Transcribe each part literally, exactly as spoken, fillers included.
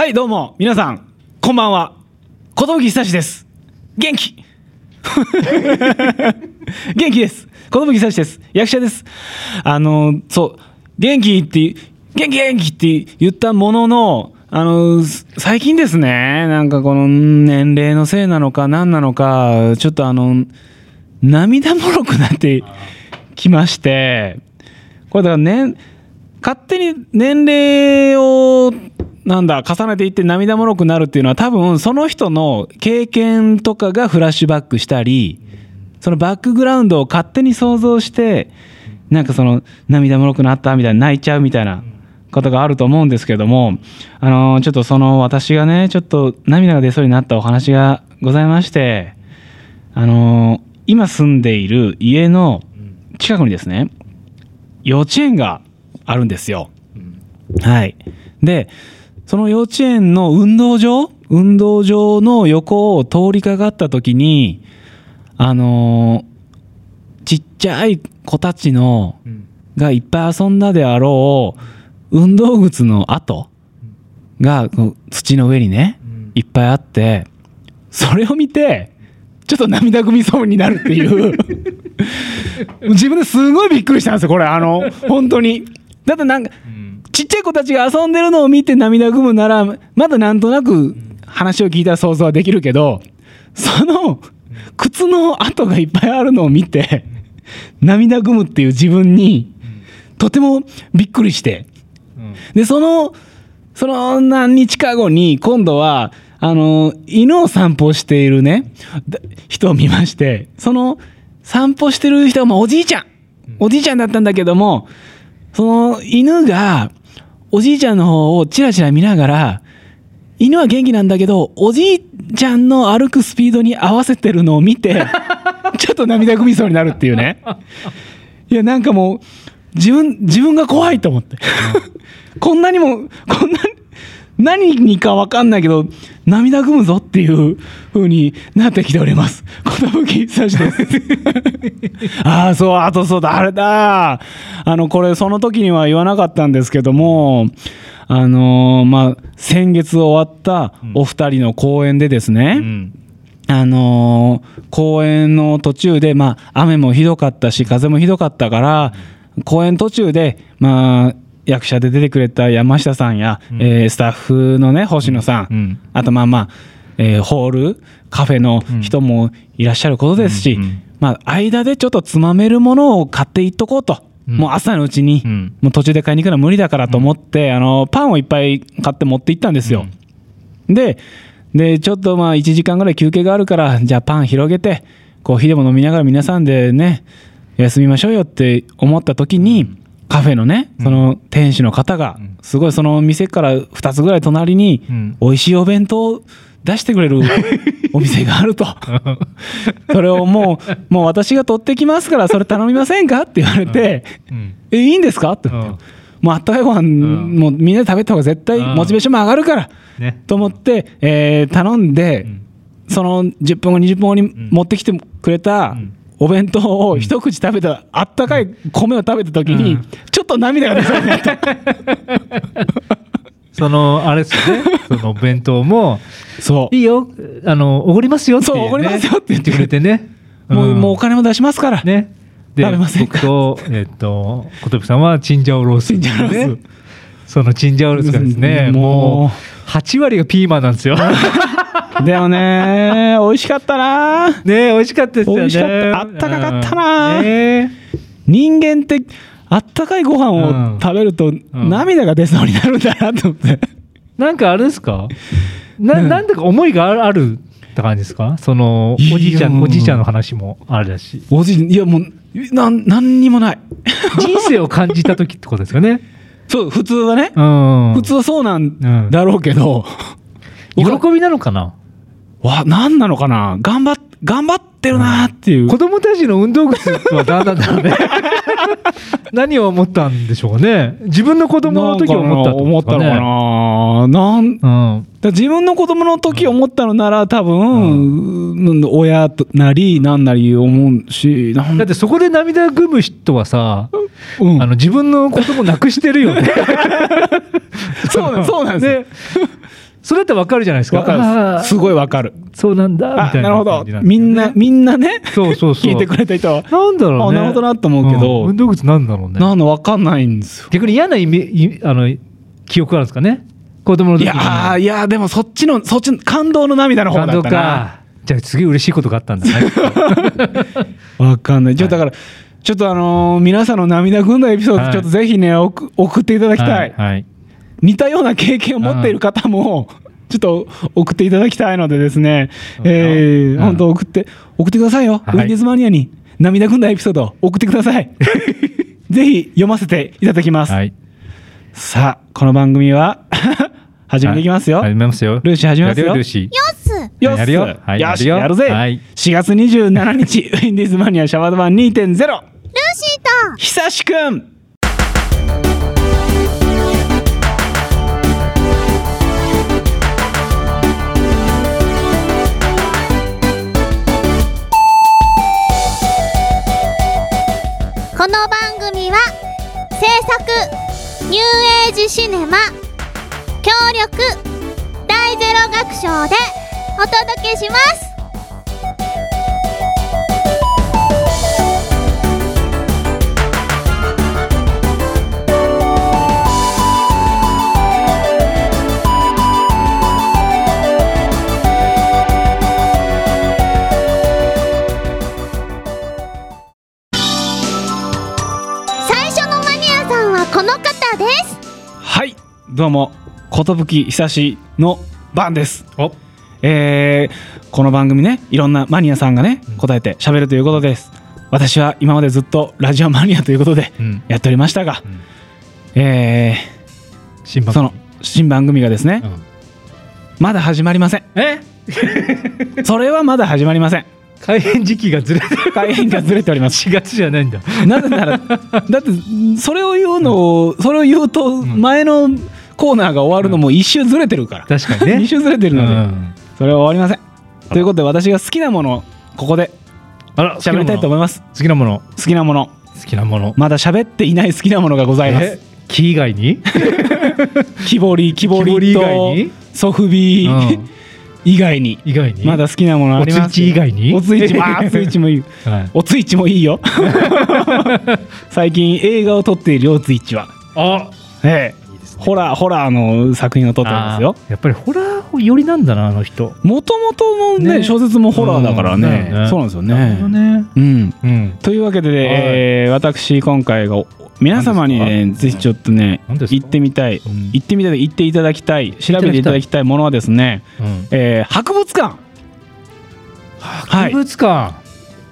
はいどうも皆さんこんばんは、寿久志です。元気元気です。寿久志です。役者です。あのそう元気って元気元気って言ったものの、あの最近ですね、なんかこの年齢のせいなのか何なのか、ちょっとあの涙もろくなってきまして、これだからね、勝手に年齢をなんだ重ねていって涙もろくなるっていうのは、多分その人の経験とかがフラッシュバックしたり、そのバックグラウンドを勝手に想像して、なんかその涙もろくなったみたいな、泣いちゃうみたいなことがあると思うんですけども、あのちょっとその私がねちょっと涙が出そうになったお話がございまして、あの今住んでいる家の近くにですね、幼稚園があるんですよ。はい。でその幼稚園の運動場運動場の横を通りかかった時に、あのー、ちっちゃい子たちのがいっぱい遊んだであろう運動靴の跡が土の上にねいっぱいあって、それを見てちょっと涙ぐみそうになるっていう自分ですごいびっくりしたんですよ、これ。あの本当にだってなんかちっちゃい子たちが遊んでるのを見て涙ぐむならまだなんとなく話を聞いたら想像はできるけど、その靴の跡がいっぱいあるのを見て涙ぐむっていう自分にとてもびっくりして、でそのその何日か後に今度はあの犬を散歩しているね人を見まして、その散歩してる人はもうおじいちゃんおじいちゃんだったんだけども、その犬がおじいちゃんの方をチラチラ見ながら、犬は元気なんだけどおじいちゃんの歩くスピードに合わせてるのを見てちょっと涙ぐみそうになるっていうね。いやなんかもう自分自分が怖いと思ってこんなにもこんな何にか分かんないけど涙ぐむぞっていう風になってきております。寿久志ですああそう、あとそうだ、あれだ、あのこれその時には言わなかったんですけども、あのー、まあ先月終わったお二人の公演でですね、うん、あのー、公演の途中で、まあ雨もひどかったし風もひどかったから、うん、公演途中でまあ役者で出てくれた山下さんや、うん、えー、スタッフのね星野さん、うん、あとまあまあ、えー、ホールカフェの人もいらっしゃることですし、うんうん、まあ間でちょっとつまめるものを買っていっとこうと、うん、もう朝のうちに、うん、もう途中で買いに行くのは無理だからと思って、うん、あのパンをいっぱい買って持って行ったんですよ、うん、で, でちょっとまあいちじかんぐらい休憩があるから、じゃあパン広げてコーヒーでも飲みながら皆さんでね休みましょうよって思った時に、うんカフェのねその店主の方がすごいその店からふたつぐらい隣に美味しいお弁当を出してくれるお店があるとそれをもうもう私が取ってきますからそれ頼みませんかって言われて、えいいんですかって言って、もうあったかいご飯もうみんなで食べた方が絶対モチベーションも上がるからと思ってえ頼んで、そのじゅっぷんごにじゅっぷんごに持ってきてくれたお弁当を一口食べた、あったかい米を食べた時に、うん、ちょっと涙が出そうになったそのあれですよね、そのお弁当もそういいよ、あのおごりますよって、ね、 そうおごりますよって言ってくれてね、 うん、もう、もうお金も出しますからね、 で食べませんか。 僕とえっと寿さんはチンジャオロース、 チンジャオロース、 そのチンジャオロースがですね、うん、もうはち割がピーマンなんですよでもね美味しかったなね、美味しかったですよね。 美味しかった、あったかかったな、うんね、人間ってあったかいご飯を食べると涙が出そうになるんだなと思って、うん、 なんかあれですか な, なんだか思いがあるって感じですか。そのおじいちゃんおじいちゃんの話もあれだし、 おじいいやもうな何にもない人生を感じた時ってことですかねそう普通はね、 うん、 普通はそうなんだろうけど、 うん、喜びなのかな、 わ何なのかな、頑張っ頑張ってるなっていう、うん、 子供たちの運動靴は何なんだろうね何を思ったんでしょうね。自分の子供の時思ったと思ったのかな、なん、うん、だ自分の子供の時思ったのなら多分、うん、親なりなんなり思うし、なんだってそこで涙ぐむ人はさ、うん、あの自分の子供なくしてるよねそうなんそうなんです、ね、 それってわかるじゃないですか。 わかる。すごいわかる。 そうなんだみたいな。 なるほど。みんなみんなね。 そうそうそう。 聞いてくれた人はなんだろうね。 なるほどなと思うけど、 運動靴なんだろうね。 なんのわかんないんですよ。 逆に嫌なイメあの記憶あるんですかね。子供の時に。 いやいやでもそっちのそっちの感動の涙の方だったな。感動か。 じゃあ次嬉しいことがあったんだね。 わかんない。ちょっとだから。ちょっとあのー、皆さんの涙ぐんだエピソード、はい、ちょっとぜひね送っていただきたい、はいはい、似たような経験を持っている方もちょっと送っていただきたいのでですね、えー、本当送って送ってくださいよ、はい、ウィンディーズマニアに涙ぐんだエピソード送ってくださいぜひ読ませていただきます、はい、さあこの番組は始めていきますよ、はい、 始めますよ。 ルーシー始めますよ。 ルーシーよっすよっすやるよ、はい、 よしやるぜ、はい、しがつにじゅうしちにちウィンディーズマニアシャワード版 にてんゼロルーシーと久しくん。 この番組は制作ニューエイジシネマ協力大ゼロ学賞でお届けします。最初のマニアさんはこの方です。 はい、どうも寿久志の番です。お、えー、この番組ね、いろんなマニアさんがね答えて喋るということです。私は今までずっとラジオマニアということでやっておりましたが、うん、えー、新番組その新番組がですね、うん、まだ始まりません。 えそれはまだ始まりません。 開演時期がずれて開演がずれております。 しがつじゃないんだ。 なぜならだってそれを言うのを、うん、それを言うと前のコーナーが終わるのも一周ずれてるから、 うん、確かにね一周ずれてるので、うん、それは終わりません。ということで私が好きなものをここで喋りたいと思います。 好きなもの好きなもの好きなものまだ喋っていない好きなものがございます。 木以外に木彫り木彫りとソフビ、うん、以外に以外にまだ好きなものあります。 おついち以外におついちもあおついちもいい、はい、おついちもいいよ最近映画を撮っているおついちはあ、 ええ、いいですね、ホラーホラーの作品を撮ってるんですよ。 やっぱりホラー寄りなんだなあの人。 もともとの、ねね、小説もホラーだからね、うん、ねそうなんですよね。 なるほどね、 うんうん、というわけで、えー、私今回が皆様にねぜひちょっとね行ってみたい、うん、行ってみたい行っていただきたい調べていただきたいものはですね、うんえー、博物館博物館、はい、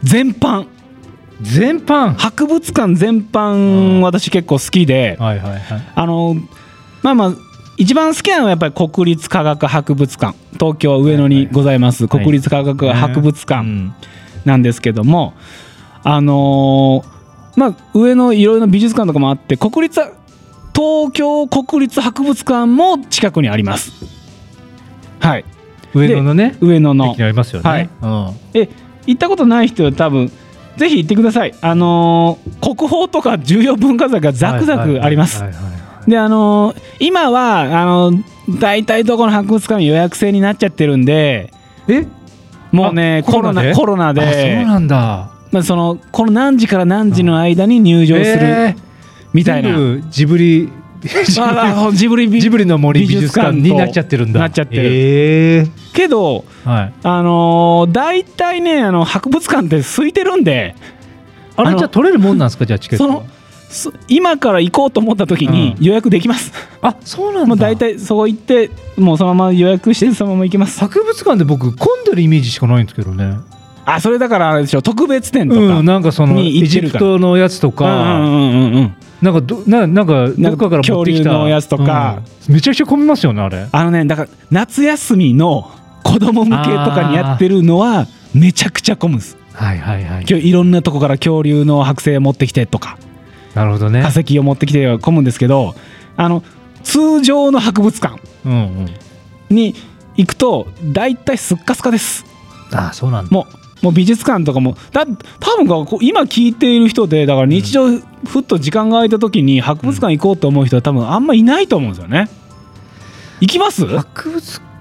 全般全般博物館全般私結構好きで、はいはいはい、あのまあまあ一番好きなのはやっぱり国立科学博物館、東京上野にございます、はいはい、国立科学博物館なんですけども、はい、あのーまあ、上のいろいろな美術館とかもあって国立東京国立博物館も近くにあります。はい、 上野のね上野の駅にありますよね、 はいうん、え行ったことない人は多分ぜひ行ってください。あのー、国宝とか重要文化財がザクザクあります。であのー、今はあのー、大体どこの博物館も予約制になっちゃってるんでえもうねコロナコロナであそうなんだ。 まあ、そのこの何時から何時の間に入場するみたいな、えー、ジブリジブリジブリの森美術館になっちゃってるんだ。 なっちゃってる、 えー、 けど、はい、あのー、大体ねあの博物館って空いてるんであれじゃあ取れるもんなんですか。じゃあチケットその今から行こうと思った時に予約できます、 うん、あそうなんだ。 もう大体そこ行ってもうそのまま予約してそのまま行けます。 博物館で僕混んでるイメージしかないんですけどね。 あそれだからあれでしょ特別展とか、 うん、なんかそのエジプトのやつとか、うんうんうんうん、なんかどななんかどっかから持ってきた恐竜のやつとか、 うん、めちゃくちゃ混みますよねあれ。 あのねだから夏休みの子供向けとかにやってるのはめちゃくちゃ混むんです。 はいはいはい。 今日いろんなとこから恐竜の剥製を持ってきてとか、 なるほどね、 化石を持ってきて混むんですけど、あの通常の博物館に行くと大体すっかすかです。 ああそうなんだ。 もうもう美術館とかもだ多分今聞いている人でだから日常ふっと時間が空いた時に博物館行こうと思う人は多分あんまいないと思うんですよね。行きます？ 博物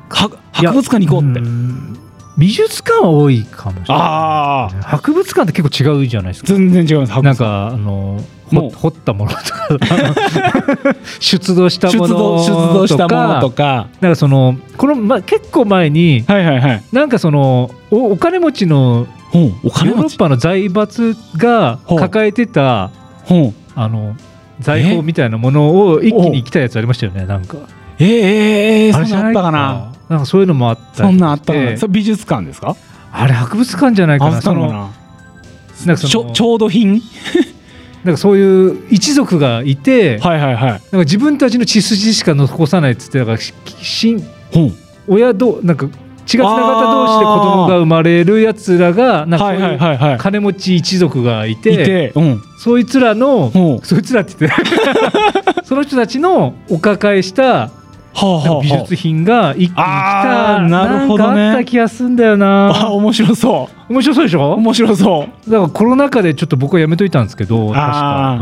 は博物館に行こうって。 美術館は多いかもしれない。 あ博物館って結構違うじゃないですか。 全然違います。 なんかあのもう掘ったものとか出土したものとか、 出土したものとか、 なんかそのこの、ま、結構前に、 はいはいはい、 なんかその お, お金持ちのヨーロッパの財閥が抱えてたあの財宝みたいなものを一気に来たやつありましたよね。なんかえー、えー、そんなあったかな。 なんかそういうのもあったりして。 そんなあったかな。それ美術館ですか？ あれ博物館じゃないかな。そのなんかその調度品なんかそういう一族がいて、 はいはいはい、 なんか自分たちの血筋しか残さないっつって、だからしん親どなんか血がつながった同士で子供が生まれるやつらがなんかそういう金持ち一族がいて、いて、うん、そいつらの、うん、そいつらって言ってその人たちのお抱えした美術品が一気に来た。 なるほどね。 なんかあった気がするんだよな。 あ、面白そう。 面白そうでしょ。面白そう。 だからコロナ禍でちょっと僕はやめといたんですけど、確か、うん、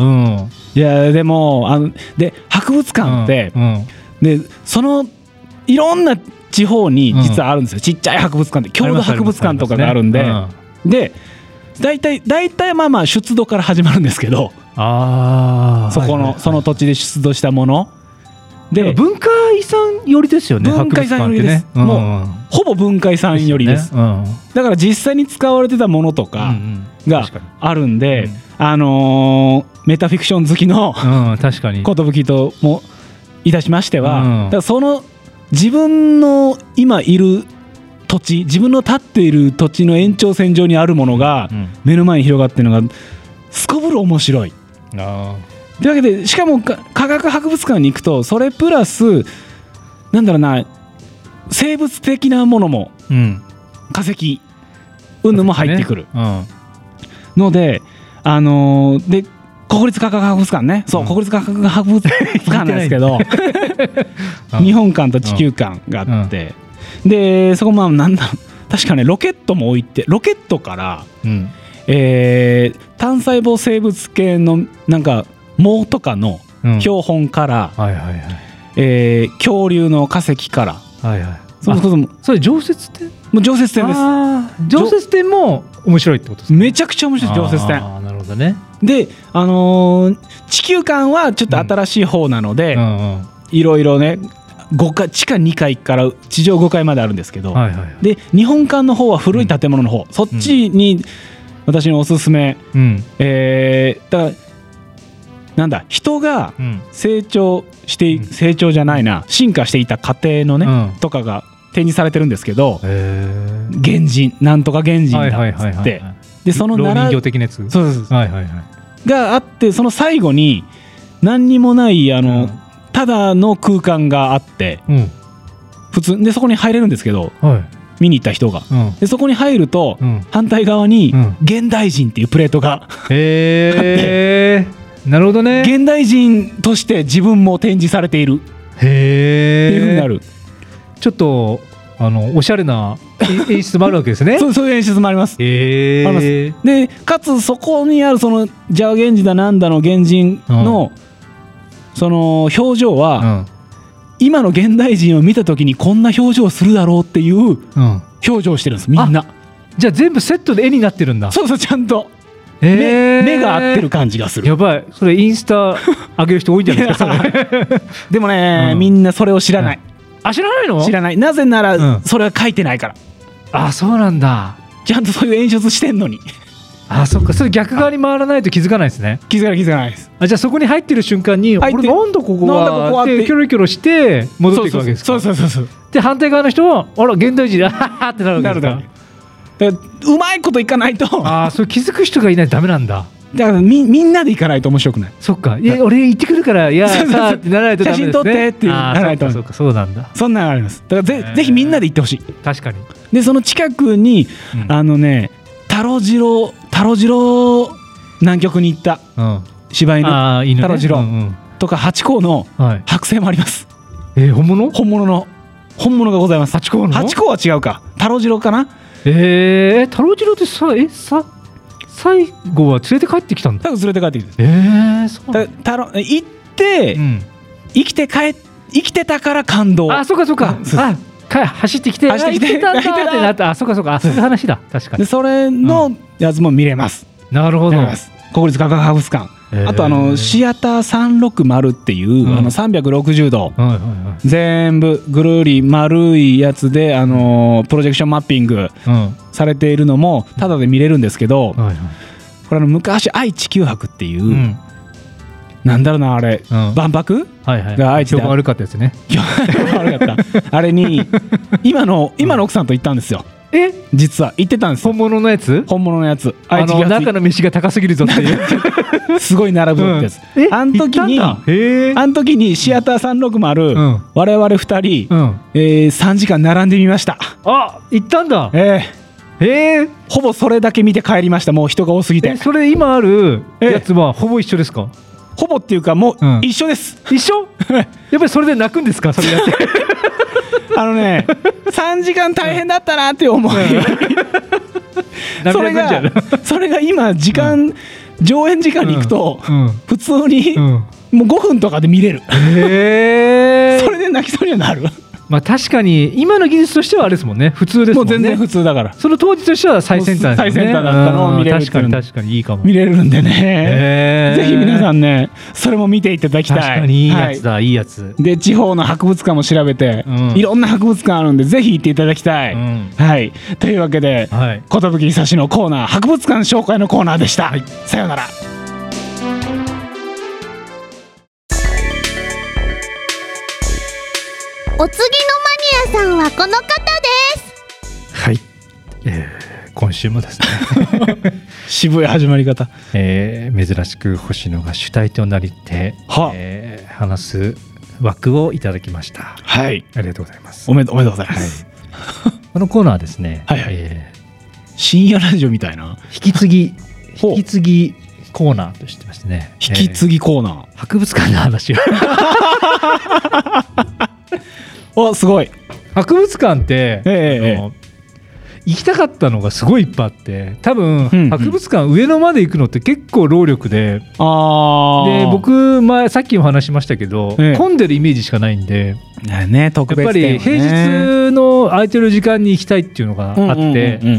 いやでもあので博物館って、うんうん、でそのいろんな地方に実はあるんですよ、うん、ちっちゃい博物館って郷土博物館とかがあるんで、ね、うん、で大体大体まあまあ出土から始まるんですけど、 あそこの、はいはいはい、その土地で出土したもので文化遺産寄りですよね。 文化遺産寄りです、うん、もうほぼ文化遺産寄りです、ね、うん、だから実際に使われてたものとかがあるんで、うんうん、あのー、メタフィクション好きの、 うん、確かに寿ともいたしましては、うん、だからその自分の今いる土地、自分の立っている土地の延長線上にあるものが目の前に広がっているのがすこぶる面白い。 あというわけで、しかも科学博物館に行くとそれプラスなんだろうな、生物的なものも、うん、化石云々も入ってくる、ね、うん、ので、あのー、で国立科学博物館ね、そう、うん、国立科学博物館なんですけど日本館と地球館があって、うん、でそこまあなんだろう、確かねロケットも置いて、ロケットから、うん、えー、単細胞生物系のなんか藻とかの標本から、うん、はいはいはい、えー、恐竜の化石から、はいはい、そのこともそれ常設展、 もう常設展です。 あ、常設展も面白いってことですか？ めちゃくちゃ面白い常設展。 あ、なるほどね。 で、あのー、地球館はちょっと新しい方なので、うんうんうん、いろいろねごかい、地下にかいから地上ごかいまであるんですけど、はいはいはい、で日本館の方は古い建物の方、うん、そっちに私のおすすめ、うん、えー、だからなんだ、人が成長して、うん、成長じゃないな、進化していた過程のね、うん、とかが展示されてるんですけど、原人なんとか原人だっつって、はいはいはいはい、でその老人形的なやつ、 そうそうそう、 はいはいはい、 があって、その最後に何にもないあの、うん、ただの空間があって、うん、普通でそこに入れるんですけど、はい、見に行った人が、うん、でそこに入ると、うん、反対側に、うん、現代人っていうプレートがへーなるほどね。 現代人として自分も展示されているへっていう風になる。 ちょっとあのおしゃれな演出もあるわけですね。 そう、そういう演出もあります。 へーあります。でかつそこにあるそのジャワ原人だなんだの原人の、うん、その表情は、うん、今の現代人を見た時にこんな表情をするだろうっていう表情をしてるんです、みんな。 じゃあ全部セットで絵になってるんだ。 そうそう、ちゃんとえー、 目, 目が合ってる感じがする。 やばい、それインスタ上げる人多いんじゃないですかでもね、うん、みんなそれを知らない、 うん、あ、知らないの？ 知らない。なぜなら、うん、それは書いてないから。 あ、そうなんだ。 ちゃんとそういう演出してんのにあ、そっか、それ逆側に回らないと気づかないですね。 気づかない、気づかないです。 あ、じゃあそこに入ってる瞬間に俺なんだここはってキョロキョロして戻っていくわけですか？ そうそうそうそう。 で反対側の人はあら現代人だってなるわけですか？ だからうまいこといかないと。 ああ、それ気づく人がいないとダメなんだ。 だから み, みんなで行かないと面白くない。 そっか、いや俺行ってくるからいやさあってならないとダメですね。写真撮ってってならないと。そうか、そうなんだ。 そんなのあります。だから ぜ, ぜひみんなで行ってほしい。 確かに。 でその近くに、うん、あのねタロジロタロジロ南極に行った、うん、柴犬、ね、タロジロ、うんうん、とかハチ公の剥製もあります、 はい。えー、本物？ 本物の本物がございます。ハチ公の？ハチ公は違うか、タロジロかな。 えー、タロジロってさ、えさ最後は連れて帰ってきたんだ。 多分連れて帰ってきた。 えー、そうだタロ行って、うん、生きて帰生きてたから感動。 あ、そうかそうか。あ、帰か走ってきて走ってきてあ行ってたんだってなったあそうかそうかあそういう話だ確かにでそれのやつも見れます、 なるほど。 国立科学博物館、 えー、 あとあのシアターさんろくまるっていう、うん、あのさんびゃくろくじゅうど、はいはいはい、全部ぐるり丸いやつで、あのー、プロジェクションマッピングされているのもタダで見れるんですけど、はいはい、これあの昔愛・地球博っていう、うん、なんだろうなあれ、うん、万博、はいはい、が愛知で評判悪かったやつね評判悪かったあれに今の今の奥さんと行ったんですよ。え実は行ってたんですよ。本物のやつ本物のやつあの中の飯が高すぎるぞっていうすごい並ぶってやつ、うん、えあん時にあん時にシアターさんろくまる、うん、我々ふたり、うんえー、さんじかん並んでみました。あ行ったんだ。えー、えー、ほぼそれだけ見て帰りました。もう人が多すぎて。えそれ今あるやつはほぼ一緒ですか？ほぼっていうかもう一緒です、うん、一緒やっぱりそれで泣くんですかそれやってあのねさんじかん大変だったなって思い、うん、それがそれが今時間、うん、上演時間に行くと、うん、普通に、うん、もうごふんとかで見れる。へーそれで泣きそうにはなる。まあ確かに今の技術としてはあれですもんね普通ですもんね。もう全然普通だからその当時としては最先端ですね。最先端だったのを見れる。確かに確かにいいかも見れるんでね、ぜひ皆さんねそれも見ていただきたい。確かにいいやつだ、はい、いいやつで地方の博物館も調べて、うん、いろんな博物館あるんでぜひ行っていただきたい、うん、はいというわけで、はい、寿久志のコーナー博物館紹介のコーナーでした、はい、さようなら。 お次のマニアさんはこの方です。 はい、えー、今週もですね渋い始まり方、 えー、珍しく星野が主体となりて、はえー、話す枠をいただきました。 はい、 ありがとうございます。 おめでとうございます、 はい、このコーナーはですね、 はいはいえー、深夜ラジオみたいな引き継ぎ引き継ぎコーナーとしてましてね、 引き継ぎコーナー、 えー、博物館の話をおすごい博物館って、えー、あの行きたかったのがすごいいっぱいあって多分、うんうん、博物館上野まで行くのって結構労力で、あで僕前さっきも話しましたけど、えー、混んでるイメージしかないんで、 ね、特別展ね、 やっぱり平日の空いてる時間に行きたいっていうのがあって、うんうんうんうん、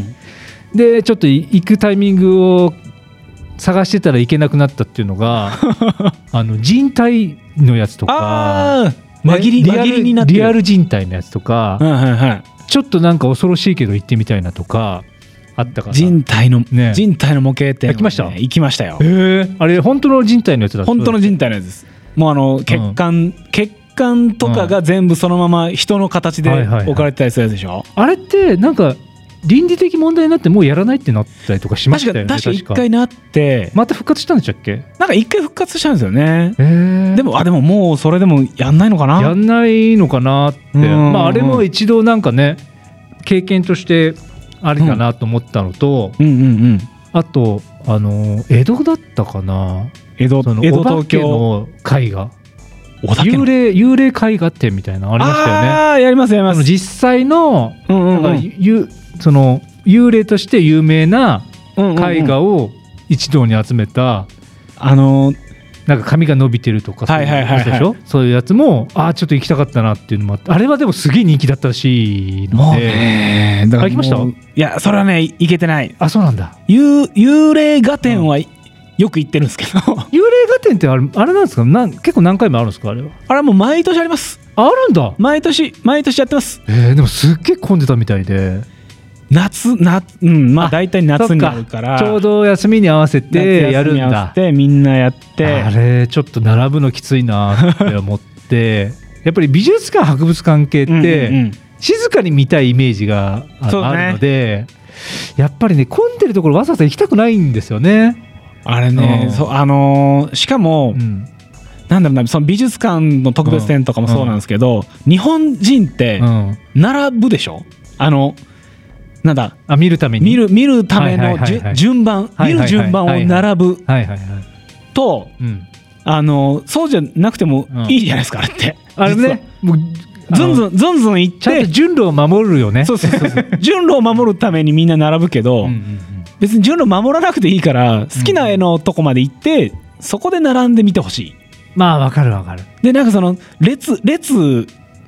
でちょっと行くタイミングを探してたら行けなくなったっていうのがあの人体のやつとか紛りリアルになってるリアル人体のやつとか、はいはいはい、ちょっとなんか恐ろしいけど行ってみたいなとかあったから人体の、ね、人体の模型展、ね、 行きました行きましたよ。 へーあれ本当の人体のやつだった。 本当の人体のやつです。もうあの血管、うん、血管とかが全部そのまま人の形で置かれてたりするやつでしょ、はいはいはい、 あれってなんか倫理的問題になってもうやらないってなったりとかしましたよね。 確かに確か一回なってまた復活したんでしたっけ。 なんか一回復活したんですよね。でもあでももうそれでもやんないのかな。 やんないのかなって、まあ、あれも一度なんかね経験としてありかなと思ったのと、うんうんうんうん、あとあの江戸だったかな。 江戸、 その江戸東京の絵画幽霊幽霊絵画展みたいなのありましたよね。 あやりますやります。 実際の、うんうんうん、ゆその幽霊として有名な絵画を一堂に集めた、うんうんうん、あのなんか髪が伸びてるとかそういうやつでしょ。そういうやつもあちょっと行きたかったなっていうのもあって、あれはでもすげえ人気だったらしいので。だから行きました？いやそれはね行けてない。 あそうなんだ。 幽, 幽霊画展は、うんよく行ってるんですけど幽霊画展ってあれ、あれなんですか。なん結構何回もあるんですか。あれはあれはもう毎年あります。 あるんだ。 毎年毎年やってます。 えー、でもすっげえ混んでたみたいで夏夏うんまあ大体夏になるからちょうど休みに合わせてやるんだ。 でみんなやってあれちょっと並ぶのきついなって思ってやっぱり美術館博物館系って、うんうんうん、静かに見たいイメージが あ,、ね、あるのでやっぱりね混んでるところわざわざ行きたくないんですよね。あれね、うん、そうあのー、しかも、うん、なんだろうなその美術館の特別展とかもそうなんですけど、うん、日本人って並ぶでしょ。あのなんだあ見るために見る見るための順番見る順番を並ぶとあのそうじゃなくてもいいじゃないですか、うん、あれってあれねもうずんずんずんずん行ってちゃんと順路を守るよね。 そうそうそうそう順路を守るためにみんな並ぶけど、うんうんうん別に順路守らなくていいから好きな絵のとこまで行って、うん、そこで並んでみてほしい。 まあわかるわかる。 でなんかその列列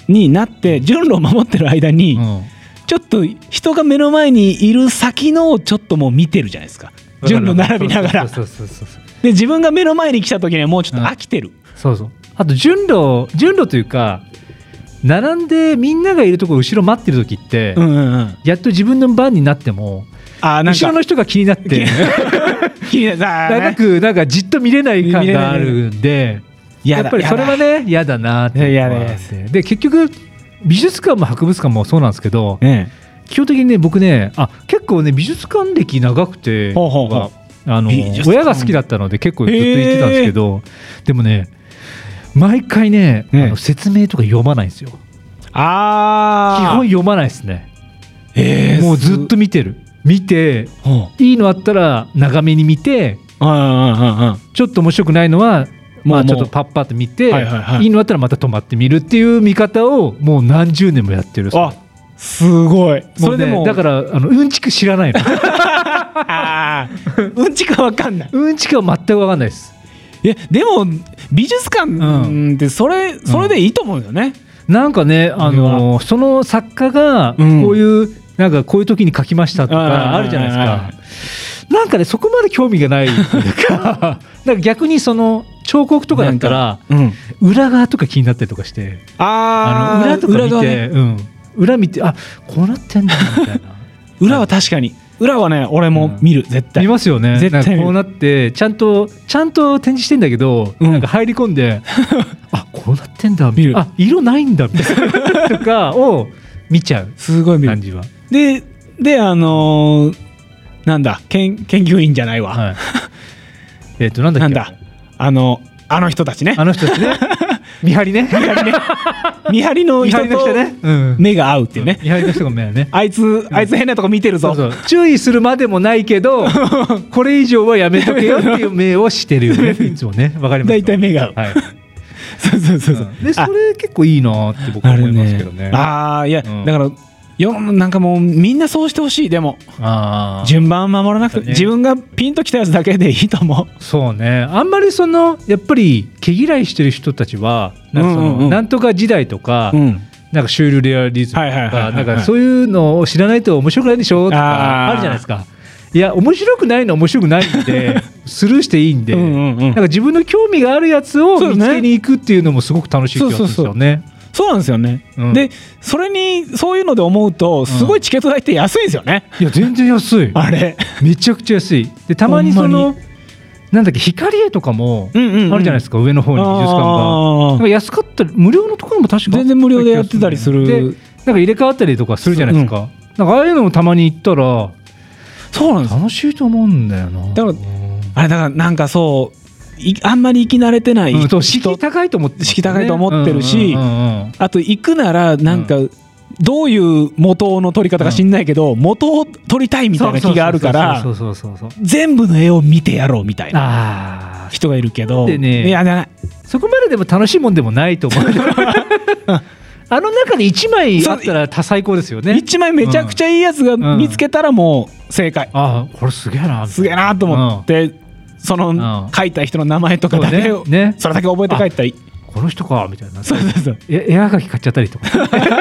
になって順路を守ってる間に、うん、ちょっと人が目の前にいる先のをちょっともう見てるじゃないですか。順路並びながらで自分が目の前に来た時にはもうちょっと飽きてる、うん、 そうそう。あと順路順路というか並んでみんながいるところ後ろ待ってる時って、うんうんうん、やっと自分の番になってもあなんか後ろの人が気になって気にな長くなんかじっと見れない感があるんでやっぱりそれはね嫌だなって。で結局美術館も博物館もそうなんですけど、ええ、基本的にね僕ねあ結構ね美術館歴長くてほうほうほうあの親が好きだったので結構ずっと行ってたんですけど、でもね毎回ね、ええ、あの説明とか読まないんですよ。あ基本読まないですね、えー、もうずっと見てる見ていいのあったら長めに見てちょっと面白くないのはまあちょっとパッパッと見て、はいはいはい、いいのあったらまた止まってみるっていう見方をもう何十年もやってる。 あすごい。 それでもだからあのうんちく知らないのあうんちくは分かんない。 うんちくは全く分かんないです。 いやでも美術館ってそれ、うん、それでいいと思うんだよね、 うん、なんかねあのその作家がこういう、うん、なんかこういう時に書きましたとかあるじゃないですか。なんかねそこまで興味がないというかなんか逆にその彫刻とかだったら、うん、裏側とか気になったりとかしてああの裏とか見て裏、ねうん、裏見てあこうなってんだみたいな裏は確かに裏はね俺も見る、うん、絶対見ますよね。絶対こうなってちゃんとちゃんと展示してんだけど、うん、なんか入り込んであこうなってんだ見るあ色ないんだみたいなとかを見ちゃうすごい見る感じはでであのー、なんだ研研究員じゃないわ、はい、 えっとなんだっけなんだあのあの人たちねあの人たちね見張りね見張りね見張りの人と目が合うっていうね、 見張りの人が目はねあいつあいつ変なとこ見てるぞ、 そうそう注意するまでもないけどこれ以上はやめとけよっていう目をしてるよねいつもねわかります大体目が合う、はい、そうそうそうそう、 うん、でそれ結構いいなって僕は思いますけどね。 ああいや、うん、だからよなんかもうみんなそうしてほしい。でもあ順番守らなくて、ね、自分がピンときたやつだけでいいと思う。 そうねあんまりそのやっぱり毛嫌いしてる人たちはなんかその、うんうん、なんとか時代とか、うん、なんかシュールレアリズムとかなんかそういうのを知らないと面白くないでしょとかあるじゃないですか。いや面白くないのは面白くないんでスルーしていいんでうんうん、うん、なんか自分の興味があるやつを見つけに行くっていうのもすごく楽しい気がするんですよね。 そうなんですよね、うん、でそれにそういうので思うとすごいチケット代って安いんですよね、 うん、いや全然安いあれめちゃくちゃ安いでたまにそのなんだっけ光絵とかもあるじゃないですか、うんうんうん、上の方に美術館がなんか安かったり無料のところも確か全然無料でやってたりするでなんか入れ替わったりとかするじゃないですか、うん、なんかああいうのもたまに行ったらそうなんです楽しいと思うんだよな。 だからあれだからなんかそうあんまり行き慣れてない人、 うん、敷居高いと思って、ね、 敷居高いと思ってるし、うんうんうんうん、あと行くならなんかどういう元の撮り方か知んないけど、うん、元を撮りたいみたいな気があるから全部の絵を見てやろうみたいな人がいるけど、ね、いやなそこまででも楽しいもんでもないと思うあの中でいちまいあったら最高ですよね。 いちまいめちゃくちゃいいやつが見つけたらもう正解、 うんうん、あこれすげえなすげえなと思って、うんその書いた人の名前とかだけを そ,、ねね、それだけ覚えて帰ったらいいこの人かみたいなそうそうそうエアガキ買っちゃったりとか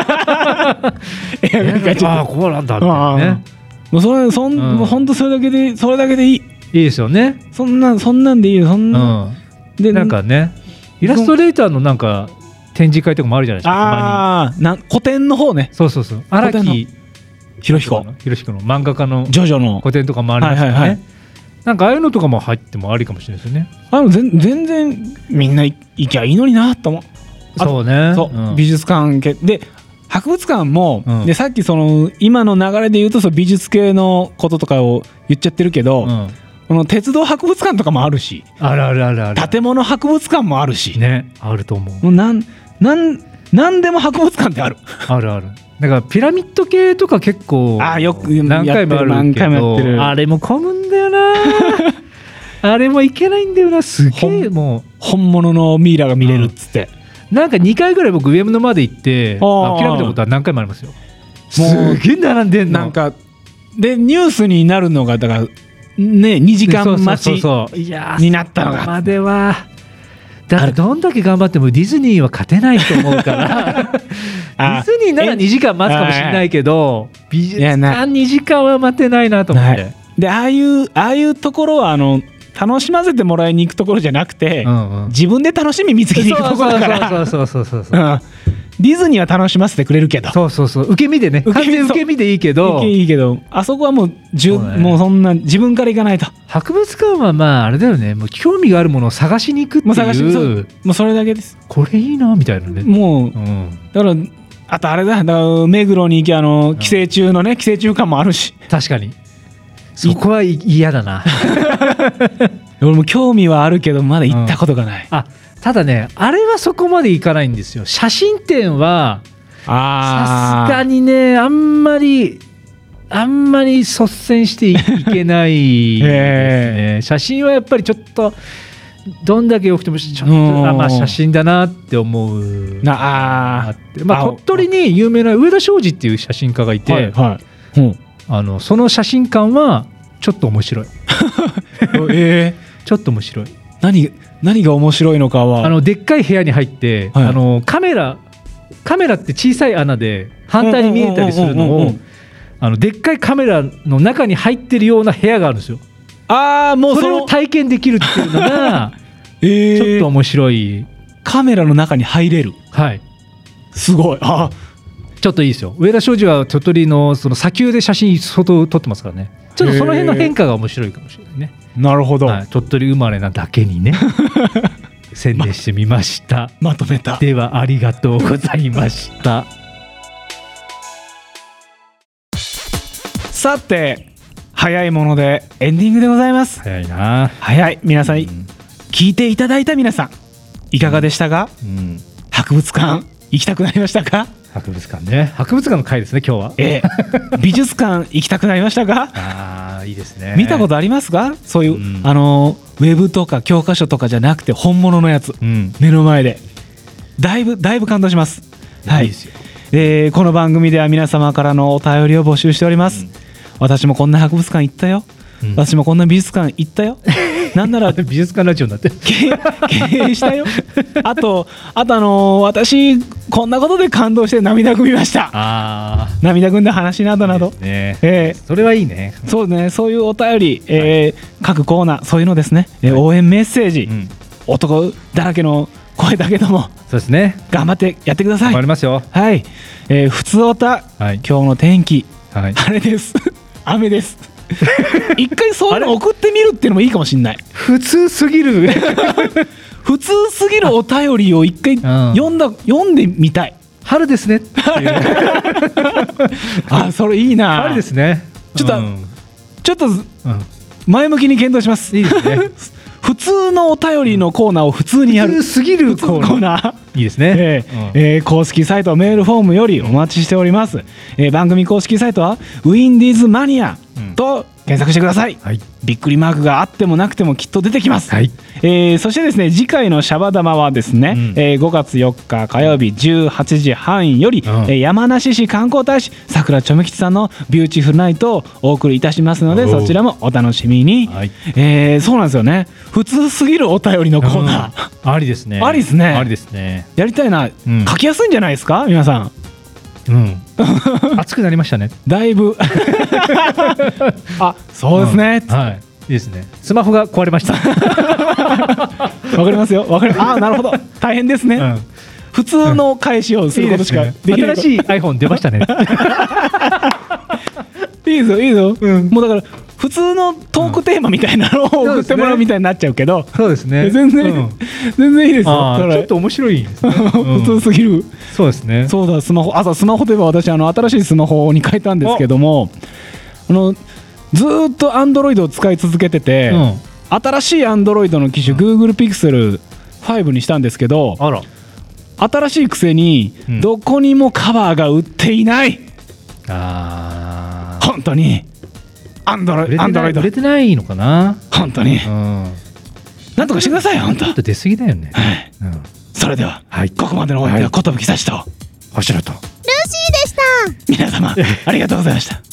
エアガキ買っちゃったあこうなんだみたいなねもうそれそん、うん、もうほんとそれだけでそれだけでいいいいですよね。 そんなそんなんでいいよそんな、 うん、でなんかねイラストレーターのなんか展示会とかもあるじゃないですか。 ああな古典の方ね。 そうそうそう荒木博彦博彦の漫画家のジョジョの古典とかもありますからね、はいはいはい、なんかああいうのとかも入ってもありかもしれないですよね。 あの全然みんな行きゃいいのになと思う。 そうねそう、うん、美術館系で博物館も、うん、でさっきその今の流れで言うとその美術系のこととかを言っちゃってるけど、うん、この鉄道博物館とかもあるしあるあるあるある建物博物館もあるしねあると思う。 もうなんなんなんでも博物館ってあるあるある。だからピラミッド系とか結構あよく何回もあるけどあれも混むんだよなあれもいけないんだよなすげえもう本物のミイラが見れるっつって、 うん、なんかにかいぐらい僕上野まで行って諦めたことは何回もありますよ。もうすげえ並んでんのなんかでニュースになるのがだからねにじかん待ちになったのがまではだってどんだけ頑張ってもディズニーは勝てないと思うからディズニーならにじかん待つかもしれないけど美術館にじかんは待てないなと思って。 でああいうああいうところはあの楽しませてもらいに行くところじゃなくて、うんうん、自分で楽しみ見つけに行くところだからそうそうそうそうそうそう、うん、 ディズニーは楽しませてくれるけどそうそうそう受け身でね完全受け身でいいけど受けいいけどあそこはもうじゅう、ね、もうそんな自分から行かないと。 博物館はまああれだよねもう興味があるものを探しに行くっていうもう探しそうもうそれだけです。 これいいなみたいなねもう、うん、だからあとあれだだから目黒に行きあの寄生虫のね寄生虫館もあるし確かにそこは嫌だな俺も興味はあるけどまだ行ったことがない、 うん、あただねあれはそこまで行かないんですよ。写真展はさすがにねあんまりあんまり率先していけないですね写真はやっぱりちょっとどんだけ良くてもちょっとあ、まあ、写真だなって思うなあ、まあ、鳥取に有名な上田昌司っていう写真家がいて、はいはいうん、あのその写真館はちょっと面白い、えー、ちょっと面白い何, 何が面白いのかはあのでっかい部屋に入って、はい、あのカメラカメラって小さい穴で反対に見えたりするのをあのでっかいカメラの中に入ってるような部屋があるんですよ。 あもう そ, それを体験できるっていうのがえー、ちょっと面白い。 カメラの中に入れる。 はいすごいあちょっといいですよ。上田昌司は鳥取 の, その砂丘で写真相当撮ってますからね。ちょっとその辺の変化が面白いかもしれないね。 なるほど、はい、 鳥取生まれなだけにね宣伝してみました、 ま、まとめた。 ではありがとうございましたさて早いものでエンディングでございます。 早いな早い。皆さん、うん、聞いていただいた皆さんいかがでしたか、うん、博物館行きたくなりましたか。 博物館ね博物館の回ですね今日は、 ええ、美術館行きたくなりましたかあいいですね。 見たことありますかそういう、うん、あのウェブとか教科書とかじゃなくて本物のやつ、うん、目の前でだいぶだいぶ感動します。はい、いいですよ。えー、この番組では皆様からのお便りを募集しております、うん、私もこんな博物館行ったよ、うん、私もこんな美術館行ったよなんなら美術館ラジオになって経営したよあとあとあのー、私こんなことで感動して涙ぐみました。あ涙ぐんだ話などなど、 ねえー、それはいいね。 そうねそういうお便り、えーはい、各コーナーそういうのですね、はい、応援メッセージ、うん、男だらけの声だけどもそうですね頑張ってやってください。 頑張りますよ。 はい、えー、ふつおた、はい、今日の天気、はい、晴れです雨です一回そういうの送ってみるっていうのもいいかもしれない。 普通すぎる普通すぎるお便りを一回読んだ、うん、読んでみたい。 春ですねっていうあそれいいな。 春ですね。 ちょっと、うん、ちょっと、うん、前向きに検討します。 いいですね普通のお便りのコーナーを普通にやる。 普通すぎるコーナーいいですね、 えーうんえー、公式サイトメールフォームよりお待ちしております、えー、番組公式サイトはウィンディーズマニアと検索してください、はい、びっくりマークがあってもなくてもきっと出てきます、はいえー、そしてですね次回のシャバダマはですね、うんえー、ごがつよっか火曜日じゅうはちじはんより、うんえー、山梨市観光大使さくらちょめきちさんのビューティフルナイトをお送りいたしますのでそちらもお楽しみに、はいえー、そうなんですよね。普通すぎるお便りのコーナー、 うん、ありですねありですねありですねやりたいな、うん、書きやすいんじゃないですか皆さん。 うん熱くなりましたねだいぶあそうですね、 うん、はいいいですね。スマホが壊れましたわかりますよわかりあなるほど大変ですね、うん、普通の返しをすることしかできない、 うん、新しい iPhone 出ましたねいいぞいいぞ、うん、もうだから普通のトークテーマみたいなのを送ってもらうみたいになっちゃうけど、 そうですね全然、うん、全然いいですよ。 ちょっと面白いですね、 普通すぎる。 そうですね。 そうだスマホ朝スマホといえば私あの新しいスマホに変えたんですけどもあのずっと Android を使い続けてて、うん、新しい Android の機種、うん、Google Pixel ファイブにしたんですけどあら新しいくせにどこにもカバーが売っていない、うん、あ本当にアンドロイド売れてないのかな本当に、うん、なんとかしてください本当ちょっと出過ぎだよね、 はいうん、それでは、はい、ここまでのお相手は寿幸と星野とルーシーでした。 皆様ありがとうございました。